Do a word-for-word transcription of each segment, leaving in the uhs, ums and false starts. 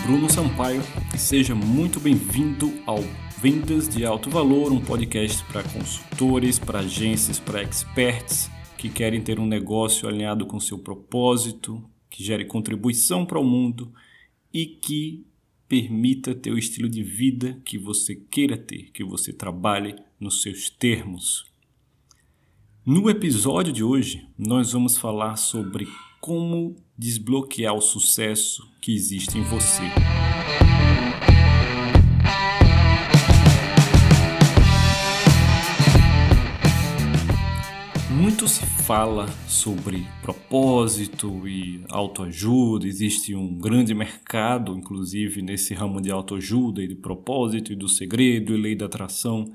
Bruno Sampaio e seja muito bem-vindo ao Vendas de Alto Valor, um podcast para consultores, para agências, para experts que querem ter um negócio alinhado com seu propósito, que gere contribuição para o mundo e que permita ter o estilo de vida que você queira ter, que você trabalhe nos seus termos. No episódio de hoje, nós vamos falar sobre como desbloquear o sucesso que existe em você. Muito se fala sobre propósito e autoajuda, existe um grande mercado, inclusive, nesse ramo de autoajuda e de propósito e do segredo e lei da atração,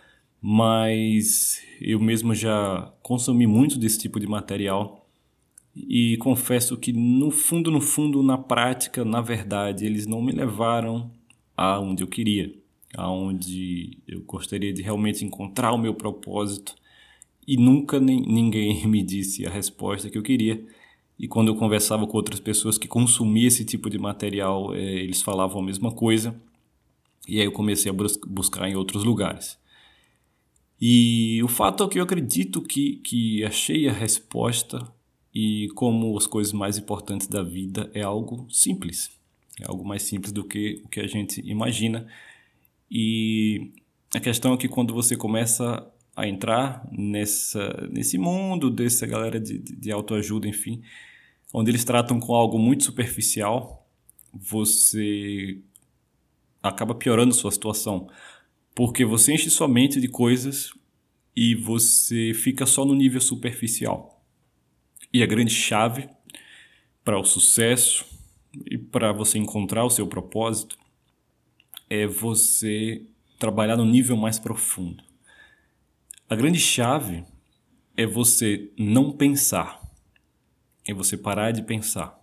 mas eu mesmo já consumi muito desse tipo de material e confesso que no fundo, no fundo, na prática, na verdade, eles não me levaram aonde eu queria, aonde eu gostaria de realmente encontrar o meu propósito. E nunca nem, ninguém me disse a resposta que eu queria. E quando eu conversava com outras pessoas que consumiam esse tipo de material, eh, eles falavam a mesma coisa. E aí eu comecei a bus- buscar em outros lugares. E o fato é que eu acredito que, que achei a resposta, e como as coisas mais importantes da vida é algo simples. É algo mais simples do que o que a gente imagina. E a questão é que quando você começa a entrar nessa, nesse mundo dessa galera de, de, de autoajuda, enfim, onde eles tratam com algo muito superficial, você acaba piorando sua situação, porque você enche sua mente de coisas e você fica só no nível superficial. E a grande chave para o sucesso e para você encontrar o seu propósito é você trabalhar no nível mais profundo. A grande chave é você não pensar, é você parar de pensar.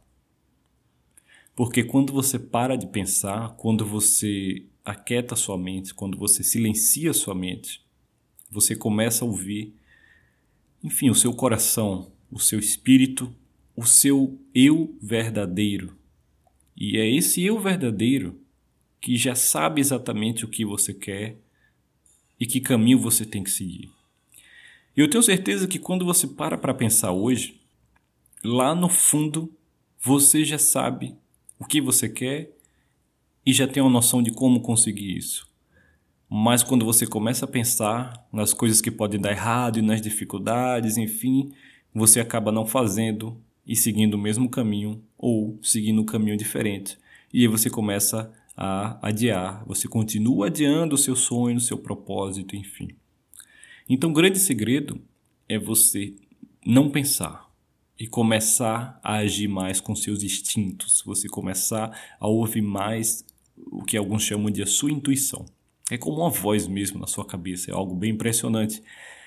Porque quando você para de pensar, quando você aquieta sua mente, quando você silencia sua mente, você começa a ouvir, enfim, o seu coração, o seu espírito, o seu eu verdadeiro. E é esse eu verdadeiro que já sabe exatamente o que você quer e que caminho você tem que seguir. E eu tenho certeza que quando você para para pensar hoje, lá no fundo, você já sabe o que você quer e já tem uma noção de como conseguir isso. Mas quando você começa a pensar nas coisas que podem dar errado e nas dificuldades, enfim, você acaba não fazendo e seguindo o mesmo caminho ou seguindo um caminho diferente. E aí você começa a adiar, você continua adiando o seu sonho, o seu propósito, enfim. Então, o grande segredo é você não pensar e começar a agir mais com seus instintos. Você começar a ouvir mais o que alguns chamam de a sua intuição. É como uma voz mesmo na sua cabeça, é algo bem impressionante.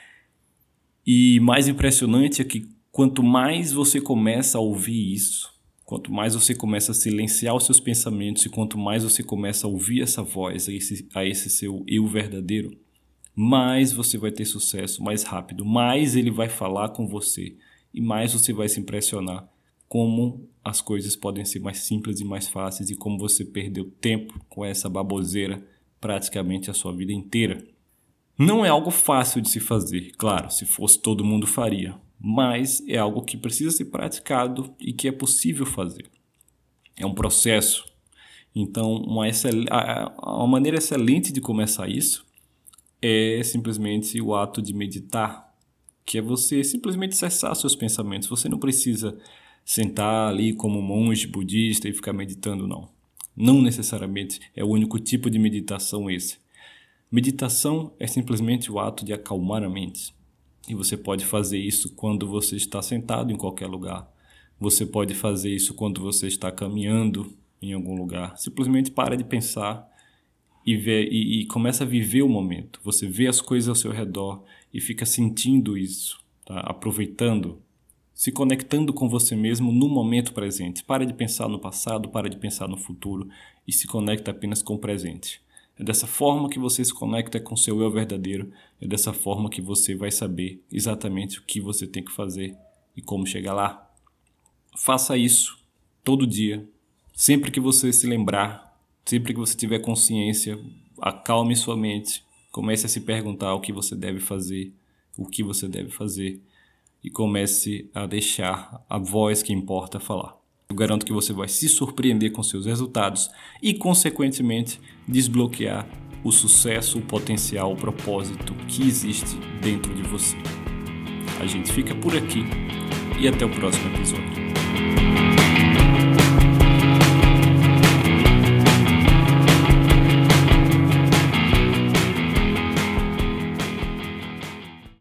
E mais impressionante é que quanto mais você começa a ouvir isso, quanto mais você começa a silenciar os seus pensamentos e quanto mais você começa a ouvir essa voz, a esse, a esse seu eu verdadeiro, mais você vai ter sucesso mais rápido, mais ele vai falar com você e mais você vai se impressionar como as coisas podem ser mais simples e mais fáceis e como você perdeu tempo com essa baboseira praticamente a sua vida inteira. Não é algo fácil de se fazer, claro, se fosse todo mundo faria, mas é algo que precisa ser praticado e que é possível fazer. É um processo. Então, uma, excel... uma maneira excelente de começar isso é simplesmente o ato de meditar, que é você simplesmente cessar seus pensamentos. Você não precisa sentar ali como um monge budista e ficar meditando, não. Não necessariamente é o único tipo de meditação esse. Meditação é simplesmente o ato de acalmar a mente. E você pode fazer isso quando você está sentado em qualquer lugar. Você pode fazer isso quando você está caminhando em algum lugar. Simplesmente para de pensar e, vê, e, e começa a viver o momento. Você vê as coisas ao seu redor e fica sentindo isso, tá? Aproveitando, se conectando com você mesmo no momento presente. Para de pensar no passado, para de pensar no futuro e se conecta apenas com o presente. É dessa forma que você se conecta com o seu eu verdadeiro. É dessa forma que você vai saber exatamente o que você tem que fazer e como chegar lá. Faça isso todo dia, Sempre que você se lembrar, sempre que você tiver consciência, acalme sua mente, comece a se perguntar o que você deve fazer, o que você deve fazer e comece a deixar a voz que importa falar. Eu garanto que você vai se surpreender com seus resultados e, consequentemente, desbloquear o sucesso, o potencial, o propósito que existe dentro de você. A gente fica por aqui e até o próximo episódio.